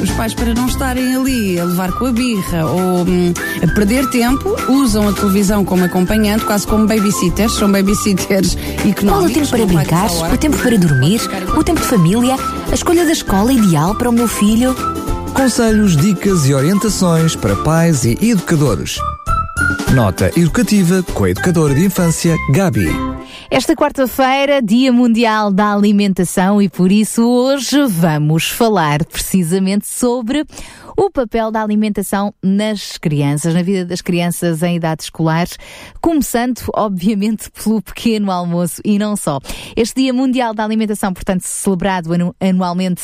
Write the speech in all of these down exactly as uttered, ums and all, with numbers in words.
os pais, para não estarem ali a levar com a birra ou hum, a perder tempo, usam a televisão como acompanhante, quase como babysitters, são babysitters económicos. Qual o tempo para brincar, o tempo para dormir, o tempo de família, a escolha da escola ideal para o meu filho? Conselhos, dicas e orientações para pais e educadores. Nota educativa com a educadora de infância, Gabi. Esta quarta-feira, Dia Mundial da Alimentação, e por isso hoje vamos falar precisamente sobre o papel da alimentação nas crianças, na vida das crianças em idade escolar, começando, obviamente, pelo pequeno almoço e não só. Este Dia Mundial da Alimentação, portanto, celebrado anu- anualmente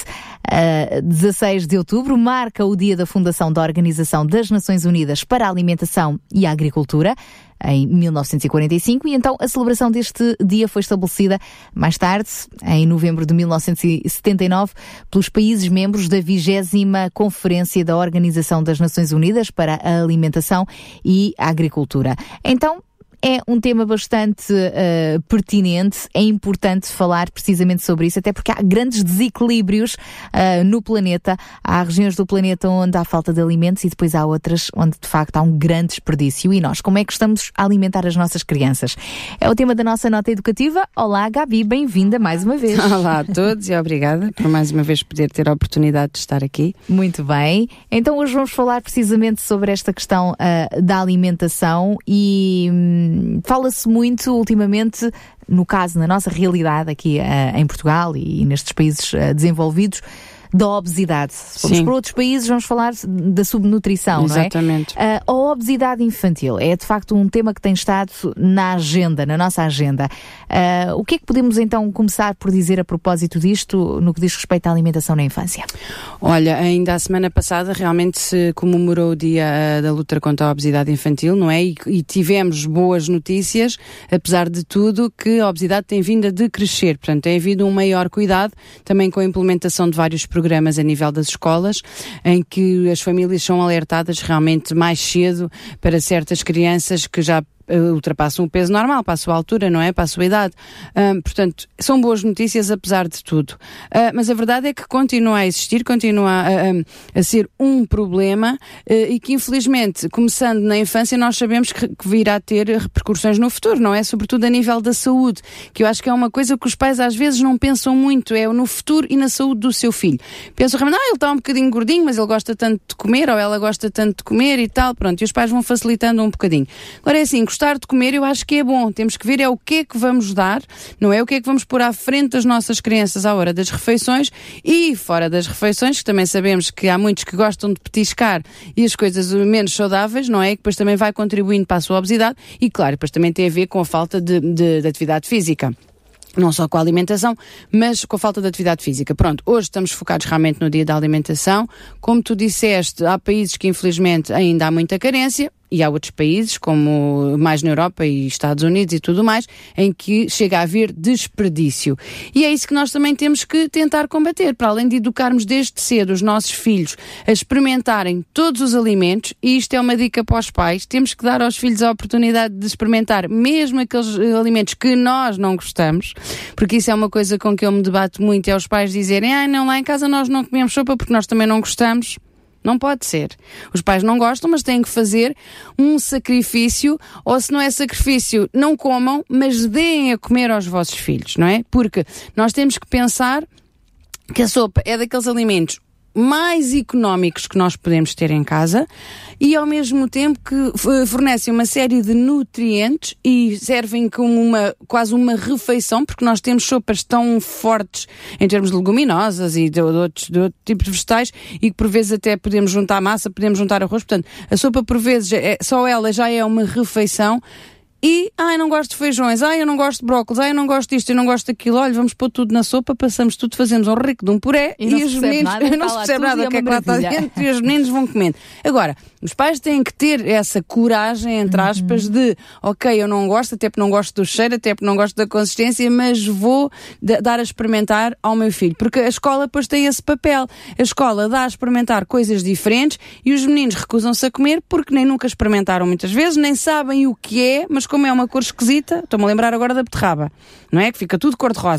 a dezasseis de outubro, marca o dia da fundação da Organização das Nações Unidas para a Alimentação e a Agricultura, em mil novecentos e quarenta e cinco, e então a celebração deste dia foi estabelecida mais tarde, em novembro de mil novecentos e setenta e nove, pelos países membros da vigésima Conferência da Organização das Nações Unidas para a Alimentação e a Agricultura. Então, é um tema bastante uh, pertinente, é importante falar precisamente sobre isso, até porque há grandes desequilíbrios uh, no planeta. Há regiões do planeta onde há falta de alimentos e depois há outras onde de facto há um grande desperdício. E nós, como é que estamos a alimentar as nossas crianças? É o tema da nossa nota educativa. Olá, Gabi, bem-vinda mais uma vez. Olá a todos e obrigada por mais uma vez poder ter a oportunidade de estar aqui. Muito bem. Então hoje vamos falar precisamente sobre esta questão uh, da alimentação e... Hum, fala-se muito ultimamente, no caso, na nossa realidade aqui uh, em Portugal e, e nestes países uh, desenvolvidos, da obesidade. Se formos para outros países, vamos falar da subnutrição, Exatamente. Não é? Uh, a obesidade infantil é, de facto, um tema que tem estado na agenda, na nossa agenda. Uh, o que é que podemos, então, começar por dizer a propósito disto, no que diz respeito à alimentação na infância? Olha, ainda a semana passada realmente se comemorou o dia uh, da luta contra a obesidade infantil, não é? E, e tivemos boas notícias, apesar de tudo, que a obesidade tem vindo a decrescer. Portanto, tem havido um maior cuidado, também com a implementação de vários programas programas a nível das escolas, em que as famílias são alertadas realmente mais cedo para certas crianças que já ultrapassam o peso normal, para a sua altura, não é? Para a sua idade. Um, portanto, são boas notícias apesar de tudo. Uh, mas a verdade é que continua a existir, continua a, a, a ser um problema uh, e que, infelizmente, começando na infância, nós sabemos que, que virá ter repercussões no futuro, não é? Sobretudo a nível da saúde, que eu acho que é uma coisa que os pais às vezes não pensam muito, é no futuro e na saúde do seu filho. Pensam realmente, ah, ele está um bocadinho gordinho, mas ele gosta tanto de comer, ou ela gosta tanto de comer e tal, pronto, e os pais vão facilitando um bocadinho. Agora é assim, gostar de comer, eu acho que é bom. Temos que ver é o que é que vamos dar, não é o que é que vamos pôr à frente das nossas crianças à hora das refeições e fora das refeições, que também sabemos que há muitos que gostam de petiscar e as coisas menos saudáveis, não é? Que depois também vai contribuindo para a sua obesidade e, claro, depois também tem a ver com a falta de, de, de atividade física. Não só com a alimentação, mas com a falta de atividade física. Pronto, hoje estamos focados realmente no dia da alimentação. Como tu disseste, há países que infelizmente ainda há muita carência, e há outros países, como mais na Europa e Estados Unidos e tudo mais, em que chega a haver desperdício. E é isso que nós também temos que tentar combater, para além de educarmos desde cedo os nossos filhos a experimentarem todos os alimentos, e isto é uma dica para os pais, temos que dar aos filhos a oportunidade de experimentar mesmo aqueles alimentos que nós não gostamos, porque isso é uma coisa com que eu me debato muito, é os pais dizerem, ah, não, lá em casa nós não comemos sopa porque nós também não gostamos. Não pode ser. Os pais não gostam, mas têm que fazer um sacrifício, ou se não é sacrifício, não comam, mas deem a comer aos vossos filhos, não é? Porque nós temos que pensar que a sopa é daqueles alimentos mais económicos que nós podemos ter em casa e ao mesmo tempo que fornecem uma série de nutrientes e servem como uma, quase uma refeição, porque nós temos sopas tão fortes em termos de leguminosas e de, de, outros, de outro tipo de vegetais e que por vezes até podemos juntar massa, podemos juntar arroz, portanto a sopa por vezes, é, só ela já é uma refeição. E, ai, não gosto de feijões, ai, eu não gosto de brócolis, ai, eu não gosto disto, eu não gosto daquilo, olha, vamos pôr tudo na sopa, passamos tudo, fazemos um rico de um puré e, e os meninos, nada, não se percebe nada o que é que lá está dentro e os meninos vão comendo. Agora, os pais têm que ter essa coragem, entre aspas, uhum. de, ok, eu não gosto, até porque não gosto do cheiro, até porque não gosto da consistência, mas vou d- dar a experimentar ao meu filho, porque a escola depois tem esse papel, a escola dá a experimentar coisas diferentes e os meninos recusam-se a comer porque nem nunca experimentaram muitas vezes, nem sabem o que é, mas como é uma cor esquisita, estou-me a lembrar agora da beterraba, não é? Que fica tudo cor-de-rosa.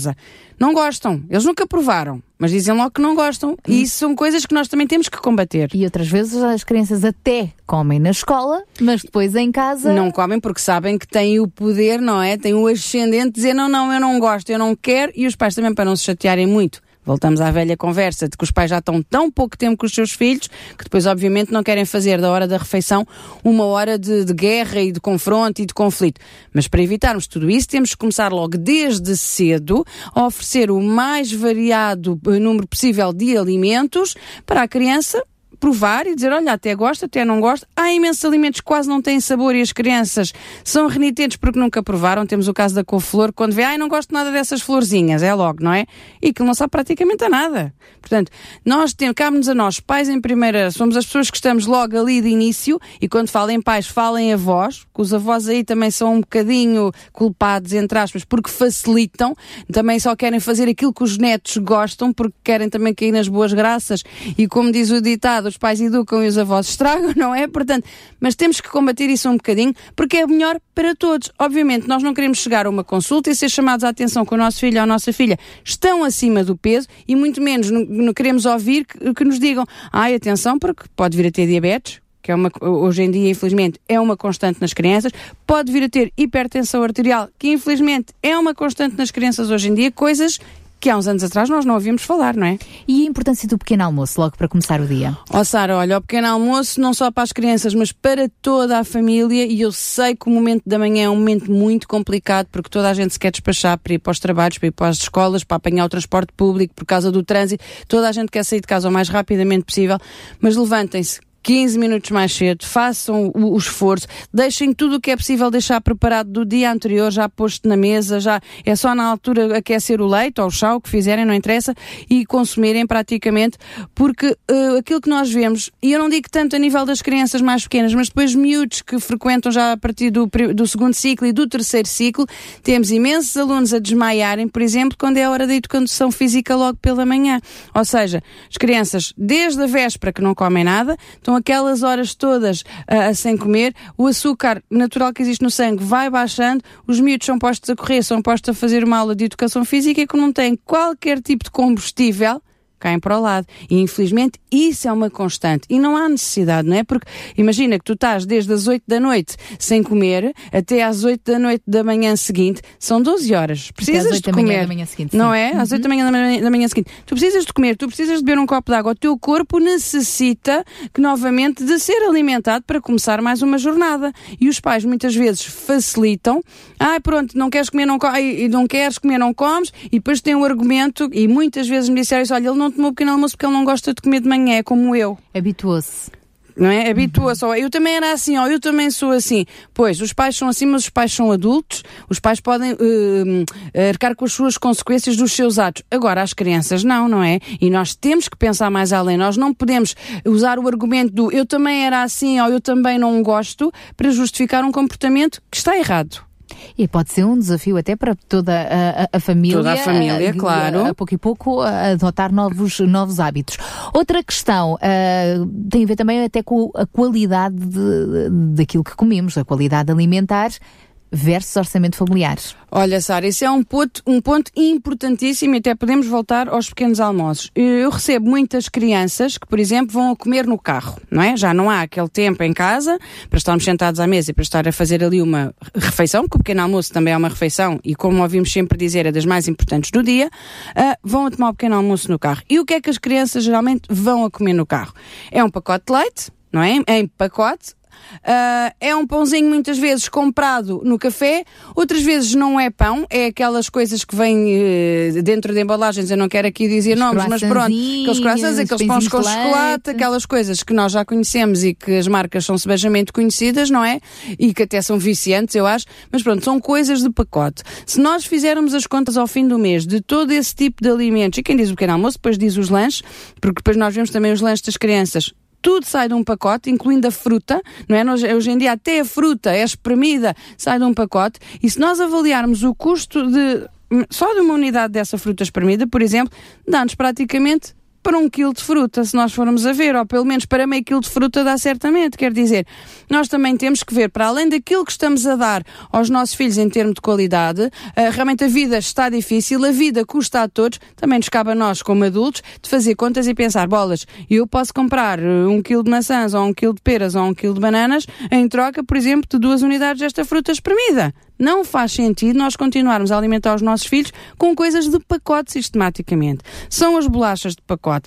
não gostam. Eles nunca provaram, mas dizem logo que não gostam. Hum. E isso são coisas que nós também temos que combater. E outras vezes as crianças até comem na escola, mas depois em casa... Não comem porque sabem que têm o poder, não é? Têm o ascendente de dizer não, não, eu não gosto, eu não quero. E os pais também, para não se chatearem muito, voltamos à velha conversa de que os pais já estão tão pouco tempo com os seus filhos que depois obviamente não querem fazer da hora da refeição uma hora de, de guerra e de confronto e de conflito. Mas para evitarmos tudo isso temos que começar logo desde cedo a oferecer o mais variado número possível de alimentos para a criança provar e dizer, olha, até gosto, até não gosto. Há imensos alimentos que quase não têm sabor e as crianças são renitentes porque nunca provaram. Temos o caso da couve-flor, quando vê, ai, não gosto nada dessas florzinhas, é logo, não é? E que não sabe praticamente a nada. Portanto, nós temos, cabe-nos a nós, pais em primeira, somos as pessoas que estamos logo ali de início, e quando falem pais, falem avós, que os avós aí também são um bocadinho culpados, entre aspas, porque facilitam, também só querem fazer aquilo que os netos gostam, porque querem também cair nas boas graças, e como diz o ditado, os pais educam e os avós estragam, não é? Portanto, mas temos que combater isso um bocadinho, porque é melhor para todos. Obviamente, nós não queremos chegar a uma consulta e ser chamados à atenção que o nosso filho ou a nossa filha estão acima do peso e muito menos não, não queremos ouvir que, que nos digam, ai, atenção, porque pode vir a ter diabetes, que é uma, hoje em dia, infelizmente, é uma constante nas crianças, pode vir a ter hipertensão arterial, que infelizmente é uma constante nas crianças hoje em dia, coisas que há uns anos atrás nós não ouvíamos falar, não é? E a importância do pequeno almoço, logo para começar o dia? Ó oh, Sara, olha, o pequeno almoço não só para as crianças, mas para toda a família, e eu sei que o momento da manhã é um momento muito complicado, porque toda a gente se quer despachar para ir para os trabalhos, para ir para as escolas, para apanhar o transporte público, por causa do trânsito, toda a gente quer sair de casa o mais rapidamente possível, mas levantem-se quinze minutos mais cedo, façam o, o esforço, deixem tudo o que é possível deixar preparado do dia anterior, já posto na mesa, já é só na altura aquecer o leite ou o chá, o que fizerem, não interessa, e consumirem praticamente, porque uh, aquilo que nós vemos, e eu não digo tanto a nível das crianças mais pequenas, mas depois miúdos que frequentam já a partir do, do segundo ciclo e do terceiro ciclo, temos imensos alunos a desmaiarem, por exemplo, quando é a hora da educação física logo pela manhã. Ou seja, as crianças, desde a véspera que não comem nada, estão aquelas horas todas uh, sem comer, o açúcar natural que existe no sangue vai baixando, os miúdos são postos a correr, são postos a fazer uma aula de educação física e que não têm qualquer tipo de combustível, caem para o lado. E, infelizmente, isso é uma constante. E não há necessidade, não é? Porque imagina que tu estás desde as oito da noite sem comer até às oito da noite da manhã seguinte. São doze horas. Precisas de comer. Da manhã seguinte, não sim. é? Às uhum. oito da manhã da, manhã da manhã seguinte. Tu precisas de comer, tu precisas de beber um copo de água. O teu corpo necessita que, novamente, de ser alimentado para começar mais uma jornada. E os pais, muitas vezes, facilitam. Ah, pronto, não queres comer, não, co- não queres comer, não comes. E depois tem um argumento, e muitas vezes me disseram isso, olha, ele não tomou pequeno almoço porque ele não gosta de comer de manhã, é como eu. Habituou-se. Não é? Habitua-se. Uhum. Eu também era assim, ó, eu também sou assim. Pois, os pais são assim, mas os pais são adultos, os pais podem uh, arcar com as suas consequências dos seus atos. Agora, as crianças não, não é? E nós temos que pensar mais além. Nós não podemos usar o argumento do eu também era assim, ou eu também não gosto, para justificar um comportamento que está errado. E pode ser um desafio até para toda a, a, a família. Toda a família, a, claro. A, a pouco e pouco a adotar novos, novos hábitos. Outra questão uh, tem a ver também até com a qualidade de, daquilo que comemos, a qualidade alimentar versus orçamento familiar. Olha, Sara, esse é um ponto, um ponto importantíssimo e até podemos voltar aos pequenos almoços. Eu recebo muitas crianças que, por exemplo, vão a comer no carro, não é? Já não há aquele tempo em casa para estarmos sentados à mesa e para estar a fazer ali uma refeição, porque o pequeno almoço também é uma refeição e, como ouvimos sempre dizer, é das mais importantes do dia, uh, vão a tomar o pequeno almoço no carro. E o que é que as crianças geralmente vão a comer no carro? É um pacote de leite, não é? É em pacote. Uh, é um pãozinho muitas vezes comprado no café, outras vezes não é pão, é aquelas coisas que vêm uh, dentro de embalagens, eu não quero aqui dizer nomes, mas pronto, aqueles croissants, aqueles pães com chocolate, aquelas coisas que nós já conhecemos e que as marcas são sebejamente conhecidas, não é? E que até são viciantes, eu acho, mas pronto, são coisas de pacote. Se nós fizermos as contas ao fim do mês de todo esse tipo de alimentos, e quem diz o pequeno almoço, depois diz os lanches, porque depois nós vemos também os lanches das crianças, tudo sai de um pacote, incluindo a fruta, não é? Nós, hoje em dia até a fruta é espremida, sai de um pacote, e se nós avaliarmos o custo de, só de uma unidade dessa fruta espremida, por exemplo, dá-nos praticamente para um quilo de fruta, se nós formos a ver, ou pelo menos para meio quilo de fruta dá certamente. Quer dizer, nós também temos que ver, para além daquilo que estamos a dar aos nossos filhos em termos de qualidade, uh, realmente a vida está difícil, a vida custa a todos, também nos cabe a nós como adultos de fazer contas e pensar, bolas, eu posso comprar uh, um quilo de maçãs, ou um quilo de peras, ou um quilo de bananas, em troca, por exemplo, de duas unidades desta fruta espremida. Não faz sentido nós continuarmos a alimentar os nossos filhos com coisas de pacote sistematicamente. São as bolachas de pacote.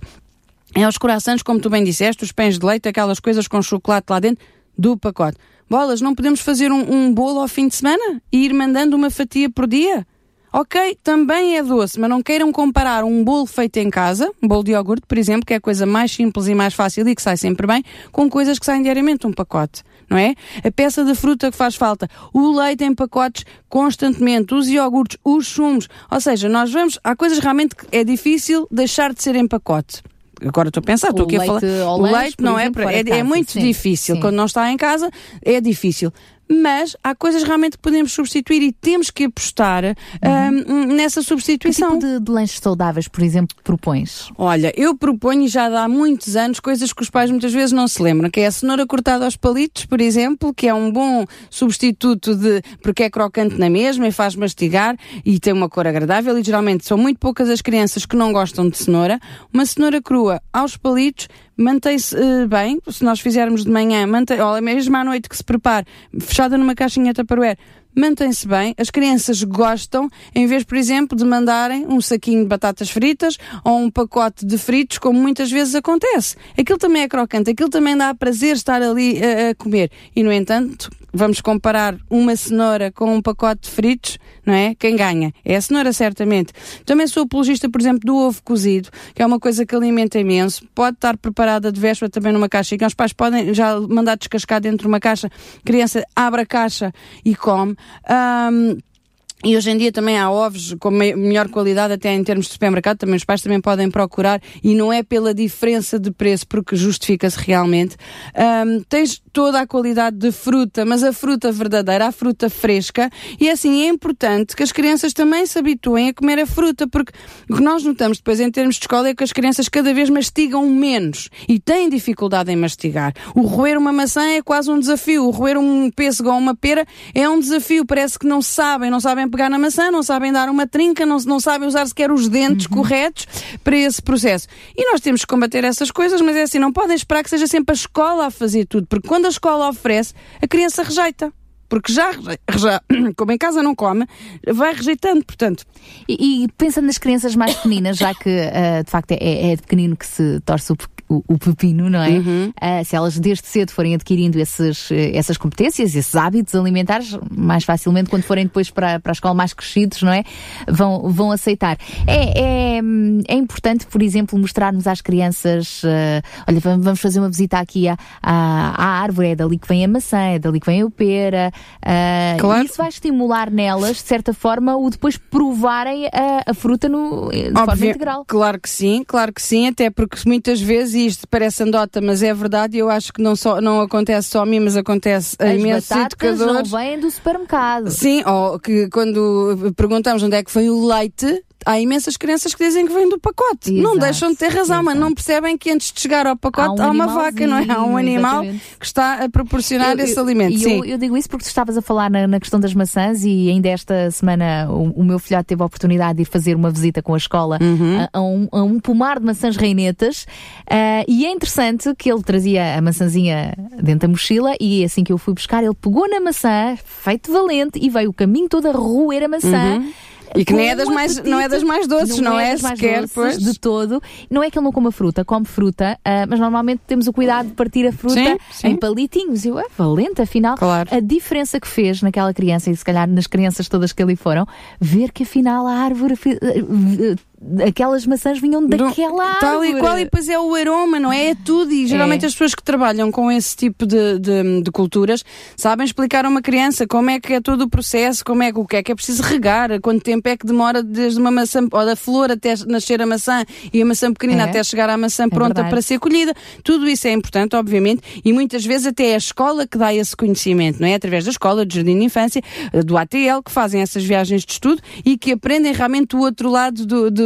É os croissants, como tu bem disseste, os pães de leite, aquelas coisas com chocolate lá dentro, do pacote. Bolas, não podemos fazer um, um bolo ao fim de semana e ir mandando uma fatia por dia? Ok, também é doce, mas não queiram comparar um bolo feito em casa, um bolo de iogurte, por exemplo, que é a coisa mais simples e mais fácil e que sai sempre bem, com coisas que saem diariamente, um pacote, não é? A peça de fruta que faz falta, o leite em pacotes constantemente, os iogurtes, os sumos, ou seja, nós vamos, há coisas realmente que é difícil deixar de ser em pacote. Agora estou a pensar, estou aqui a falar. O leite, leite não é, é, é muito sim, difícil. Sim. Quando não está em casa, é difícil. Mas há coisas realmente que podemos substituir e temos que apostar uhum. um, nessa substituição. Que tipo de, de lanches saudáveis, por exemplo, propões? Olha, eu proponho já há muitos anos coisas que os pais muitas vezes não se lembram, que é a cenoura cortada aos palitos, por exemplo, que é um bom substituto de, porque é crocante na mesma e faz mastigar e tem uma cor agradável e geralmente são muito poucas as crianças que não gostam de cenoura. Uma cenoura crua aos palitos mantém-se uh, bem, se nós fizermos de manhã, mantém, ou mesmo à noite que se prepare, fechada numa caixinha Tupperware, mantém-se bem, as crianças gostam, em vez, por exemplo, de mandarem um saquinho de batatas fritas ou um pacote de fritos, como muitas vezes acontece. Aquilo também é crocante, aquilo também dá prazer estar ali a, a comer. E, no entanto, vamos comparar uma cenoura com um pacote de fritos, não é? Quem ganha? É a cenoura, certamente. Também sou apologista, por exemplo, do ovo cozido, que é uma coisa que alimenta imenso. Pode estar preparada de véspera também numa caixa, e os pais podem já mandar descascar dentro de uma caixa. A criança abre a caixa e come. Um, E hoje em dia também há ovos com melhor qualidade, até em termos de supermercado, também os pais também podem procurar, e não é pela diferença de preço, porque justifica-se realmente. Um, tens toda a qualidade de fruta, mas a fruta verdadeira, a fruta fresca, e assim é importante que as crianças também se habituem a comer a fruta, porque o que nós notamos depois em termos de escola é que as crianças cada vez mastigam menos e têm dificuldade em mastigar. O roer uma maçã é quase um desafio, o roer um pêssego ou uma pera é um desafio, parece que não sabem, não sabem pegar na maçã, não sabem dar uma trinca, não, não sabem usar sequer os dentes uhum. corretos para esse processo. E nós temos que combater essas coisas, mas é assim, não podem esperar que seja sempre a escola a fazer tudo, porque quando a escola oferece, a criança rejeita. Porque já, já, como em casa não come, vai rejeitando, portanto. E, e pensando nas crianças mais pequeninas, já que uh, de facto é, é de pequenino que se torce o, o, o pepino, não é? Uhum. Uh, se elas desde cedo forem adquirindo esses, essas competências, esses hábitos alimentares, mais facilmente quando forem depois para, para a escola mais crescidos, não é? Vão, vão aceitar. É, é, é importante, por exemplo, mostrarmos às crianças, uh, olha, vamos fazer uma visita aqui à, à, à árvore, é dali que vem a maçã, é dali que vem a pera. Uh, claro. Isso vai estimular nelas, de certa forma, o depois provarem a, a fruta no, de Óbvio, forma integral. Claro que sim, claro que sim, até porque muitas vezes, e isto parece andota, mas é verdade, eu acho que não, só, não acontece só a mim, mas acontece a imensos educadores. As batatas não vêm do supermercado. Sim, ou que quando perguntamos onde é que foi o leite, há imensas crianças que dizem que vem do pacote. Exato, não deixam de ter razão, exato. Mas não percebem que antes de chegar ao pacote há, um há uma vaca, não é? Há um animal exatamente. Que está a proporcionar eu, esse eu, alimento. Sim. Eu, eu digo isso porque tu estavas a falar na, na questão das maçãs e ainda esta semana o, o meu filhote teve a oportunidade de ir fazer uma visita com a escola uhum. a, a, um, a um pomar de maçãs reinetas uh, e é interessante que ele trazia a maçãzinha dentro da mochila e assim que eu fui buscar, ele pegou na maçã, feito valente, e veio o caminho todo a roer a maçã. Uhum. E que nem é das mais, não é das mais doces, não, não é, é sequer, pois. De todo. Não é que ele não coma fruta, come fruta, uh, mas normalmente temos o cuidado de partir a fruta sim, sim. em palitinhos. Eu, é valente, afinal. Claro. A diferença que fez naquela criança, e se calhar nas crianças todas que ali foram, ver que afinal a árvore... Uh, aquelas maçãs vinham daquela árvore. Tal e qual, e depois é o aroma, não é? É tudo. E geralmente é. As pessoas que trabalham com esse tipo de, de, de culturas sabem explicar a uma criança como é que é todo o processo, como é que o que é que é preciso regar, quanto tempo é que demora desde uma maçã, ou da flor até nascer a maçã e a maçã pequenina é. Até chegar à maçã pronta é para ser colhida. Tudo isso é importante, obviamente, e muitas vezes até é a escola que dá esse conhecimento, não é? Através da escola, do jardim de infância, do A T L, que fazem essas viagens de estudo e que aprendem realmente o outro lado do, do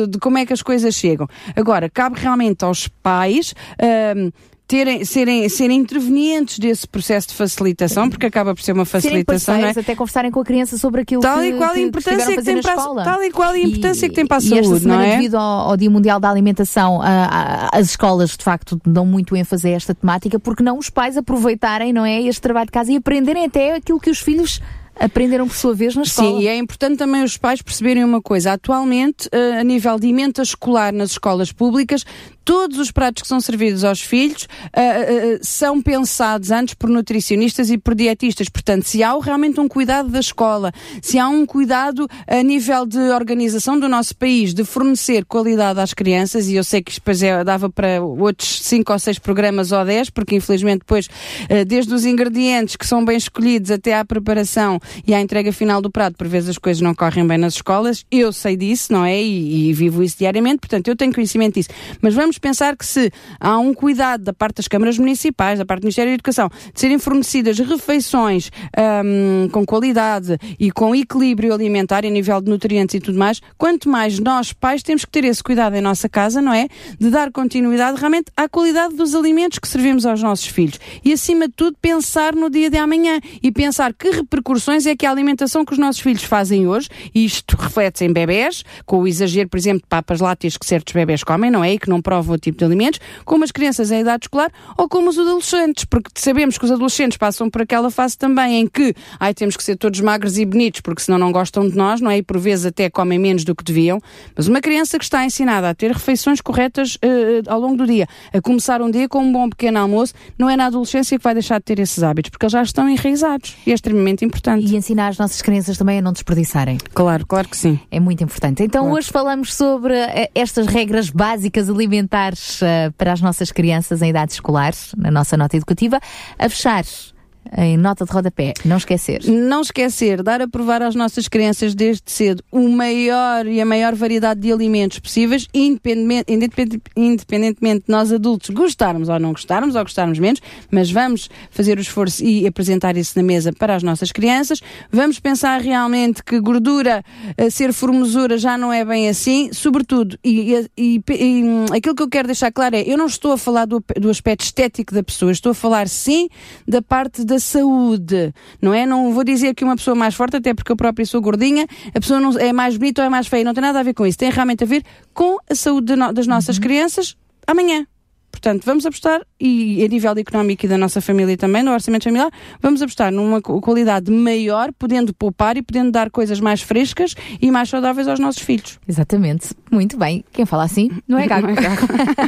de como é que as coisas chegam. Agora, cabe realmente aos pais um, terem, serem, serem intervenientes desse processo de facilitação, porque acaba por ser uma facilitação, não é? Até conversarem com a criança sobre aquilo tal que, e qual que, a importância que, que tem para a, tal e qual a importância e, que tem para a e saúde, esta semana, não é? Devido ao, ao Dia Mundial da Alimentação, a, a, as escolas de facto dão muito ênfase a esta temática, porque não os pais aproveitarem, não é, este trabalho de casa e aprenderem até aquilo que os filhos aprenderam por sua vez na escola. Sim, e é importante também os pais perceberem uma coisa. Atualmente, a nível de emenda escolar nas escolas públicas, todos os pratos que são servidos aos filhos uh, uh, são pensados antes por nutricionistas e por dietistas. Portanto, se há realmente um cuidado da escola, se há um cuidado a nível de organização do nosso país, de fornecer qualidade às crianças, e eu sei que isto depois é, dava para outros cinco ou seis programas ou dez, porque infelizmente depois, uh, desde os ingredientes que são bem escolhidos até à preparação e à entrega final do prato, por vezes as coisas não correm bem nas escolas. Eu sei disso, não é? E, e vivo isso diariamente, portanto eu tenho conhecimento disso. Mas vamos pensar que se há um cuidado da parte das câmaras municipais, da parte do Ministério da Educação, de serem fornecidas refeições um, com qualidade e com equilíbrio alimentar a nível de nutrientes e tudo mais, quanto mais nós pais temos que ter esse cuidado em nossa casa, não é? De dar continuidade realmente à qualidade dos alimentos que servimos aos nossos filhos. E acima de tudo pensar no dia de amanhã e pensar que repercussões é que a alimentação que os nossos filhos fazem hoje, e isto reflete-se em bebés, com o exagero, por exemplo, de papas lácteas que certos bebés comem, não é? E que não provam o tipo de alimentos, como as crianças em idade escolar ou como os adolescentes, porque sabemos que os adolescentes passam por aquela fase também em que ai, temos que ser todos magros e bonitos, porque senão não gostam de nós, não é? E por vezes até comem menos do que deviam. Mas uma criança que está ensinada a ter refeições corretas uh, ao longo do dia, a começar um dia com um bom pequeno almoço, não é na adolescência que vai deixar de ter esses hábitos, porque eles já estão enraizados e é extremamente importante. E ensinar as nossas crianças também a não desperdiçarem. Claro, claro que sim. É muito importante. Então claro. Hoje falamos sobre uh, estas regras básicas alimentares uh, para as nossas crianças em idade escolar, na nossa nota educativa. A fechar, em nota de rodapé, não esquecer. Não esquecer, dar a provar às nossas crianças desde cedo o maior e a maior variedade de alimentos possíveis, independente, independente, independentemente de nós adultos gostarmos ou não gostarmos, ou gostarmos menos, mas vamos fazer o esforço e apresentar isso na mesa para as nossas crianças. Vamos pensar realmente que gordura, ser formosura já não é bem assim, sobretudo, e, e, e, e aquilo que eu quero deixar claro é, eu não estou a falar do, do aspecto estético da pessoa, estou a falar sim da parte da saúde, não é? Não vou dizer que uma pessoa mais forte, até porque eu própria sou gordinha, a pessoa não é mais bonita ou é mais feia, não tem nada a ver com isso, tem realmente a ver com a saúde no, das nossas uhum. crianças amanhã. Portanto, vamos apostar, e a nível económico e da nossa família também, no orçamento familiar, vamos apostar numa qualidade maior, podendo poupar e podendo dar coisas mais frescas e mais saudáveis aos nossos filhos. Exatamente. Muito bem. Quem fala assim não é gago. Não é gago.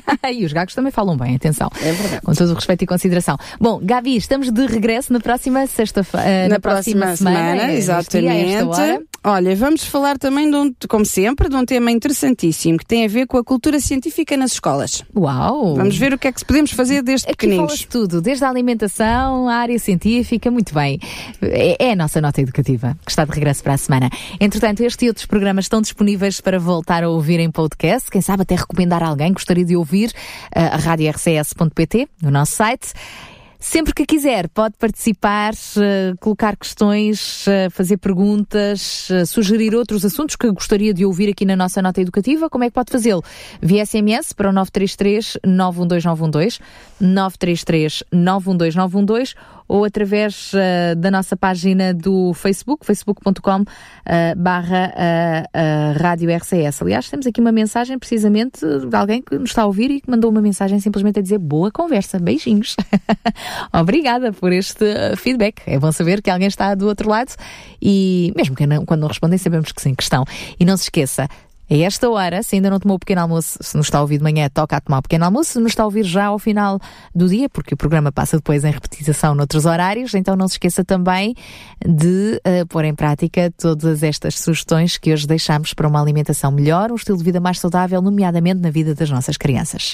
E os gagos também falam bem, atenção. É verdade. Com todo o respeito e consideração. Bom, Gabi, estamos de regresso na próxima sexta-feira. Na, na próxima, próxima semana, semana exatamente. Olha, vamos falar também, de um, como sempre, de um tema interessantíssimo, que tem a ver com a cultura científica nas escolas. Uau! Vamos ver o que é que podemos fazer desde Aqui pequeninos. Fala-se tudo, desde a alimentação, a área científica, muito bem. É, é a nossa nota educativa, que está de regresso para a semana. Entretanto, este e outros programas estão disponíveis para voltar a ouvir em podcast. Quem sabe até recomendar a alguém que gostaria de ouvir a rádio r c s ponto p t, no nosso site. Sempre que quiser, pode participar, uh, colocar questões, uh, fazer perguntas, uh, sugerir outros assuntos que gostaria de ouvir aqui na nossa nota educativa. Como é que pode fazê-lo? Via S M S para o nove três três, nove um dois nove um dois, nove três três, nove um dois nove um dois, ou através uh, da nossa página do Facebook, facebook ponto com uh, barra uh, uh, Rádio R C S. Aliás, temos aqui uma mensagem precisamente de alguém que nos está a ouvir e que mandou uma mensagem simplesmente a dizer boa conversa, beijinhos. Obrigada por este feedback. É bom saber que alguém está do outro lado e mesmo que não, quando não respondem sabemos que sim, que estão. E não se esqueça, a esta hora, se ainda não tomou o pequeno almoço, se nos está a ouvir de manhã, toca a tomar o pequeno almoço, se nos está a ouvir já ao final do dia, porque o programa passa depois em repetição noutros horários, então não se esqueça também de uh, pôr em prática todas estas sugestões que hoje deixamos para uma alimentação melhor, um estilo de vida mais saudável, nomeadamente na vida das nossas crianças.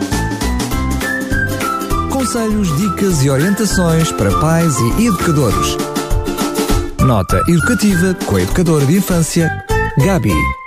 Conselhos, dicas e orientações para pais e educadores. Nota educativa com a educadora de infância, Gabi.